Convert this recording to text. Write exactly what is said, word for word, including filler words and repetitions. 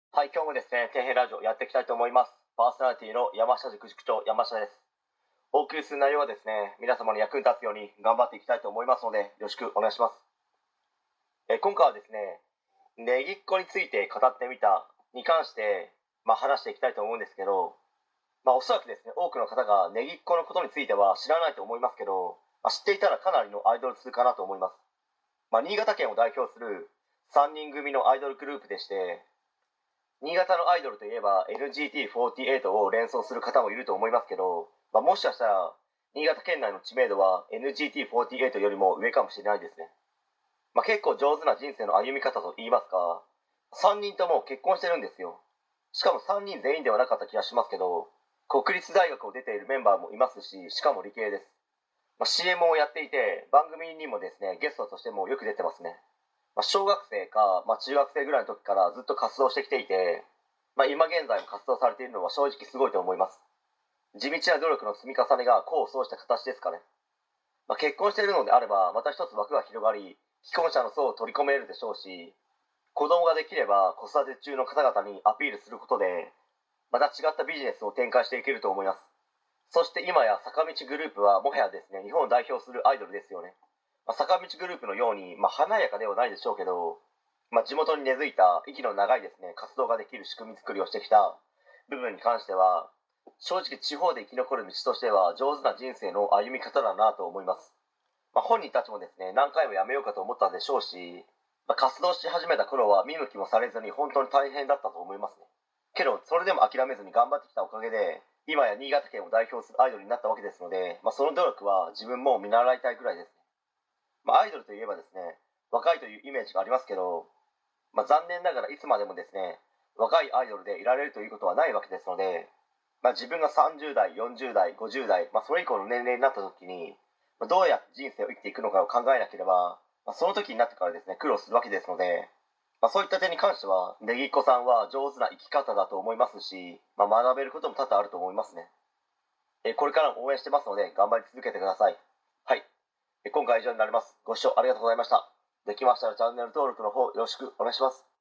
はい、今日もですね、底辺ラジオやっていきたいと思います。パーソナリティの山下塾塾長、山下です。お送りする内容はですね、皆様に役に立つように頑張っていきたいと思いますので、よろしくお願いします。え今回はですね、ネギっ子について語ってみたに関して、まあ、話していきたいと思うんですけど、まあ、おそらくですね、多くの方がネギっ子のことについては知らないと思いますけど、まあ、知っていたらかなりのアイドル通かなと思います。まあ、新潟県を代表するさんにん組のアイドルグループでして、新潟のアイドルといえば エヌジーティーフォーティーエイト を連想する方もいると思いますけど、まあ、もしかしたら新潟県内の知名度は エヌジーティーフォーティーエイト よりも上かもしれないですね。まあ、結構上手な人生の歩み方といいますか、さんにんとも結婚してるんですよ。しかもさんにん全員ではなかった気がしますけど、国立大学を出ているメンバーもいますし、しかも理系です。まあ、シーエム をやっていて、番組にもですね、ゲストとしてもよく出てますね。まあ、小学生か、まあ、中学生ぐらいの時からずっと活動してきていて、まあ、今現在も活動されているのは正直すごいと思います。地道な努力の積み重ねが功を奏した形ですかね。まあ、結婚しているのであればまた一つ枠が広がり、既婚者の層を取り込めるでしょうし、子供ができれば子育て中の方々にアピールすることでまた違ったビジネスを展開していけると思います。そして今や坂道グループはもはやですね、日本を代表するアイドルですよね。まあ、坂道グループのように、まあ、華やかではないでしょうけど、まあ、地元に根付いた息の長いですね活動ができる仕組み作りをしてきた部分に関しては、正直地方で生き残る道としては上手な人生の歩み方だなと思います。まあ、本人たちもですね、何回もやめようかと思ったでしょうし、まあ、活動し始めた頃は見向きもされずに本当に大変だったと思いますね。けどそれでも諦めずに頑張ってきたおかげで今や新潟県を代表するアイドルになったわけですので、まあ、その努力は自分も見習いたいくらいですね。まあ、アイドルといえばですね、若いというイメージがありますけど、まあ、残念ながらいつまでもですね、若いアイドルでいられるということはないわけですので、まあ、自分がさんじゅう代よんじゅう代ごじゅう代、まあ、それ以降の年齢になった時に、まあ、どうやって人生を生きていくのかを考えなければ、まあ、その時になってからですね苦労するわけですので、まあ、そういった点に関してはネギっ子さんは上手な生き方だと思いますし、まあ、学べることも多々あると思いますね。えこれからも応援してますので頑張り続けてください。はい、え今回は以上になります。ご視聴ありがとうございました。できましたらチャンネル登録の方よろしくお願いします。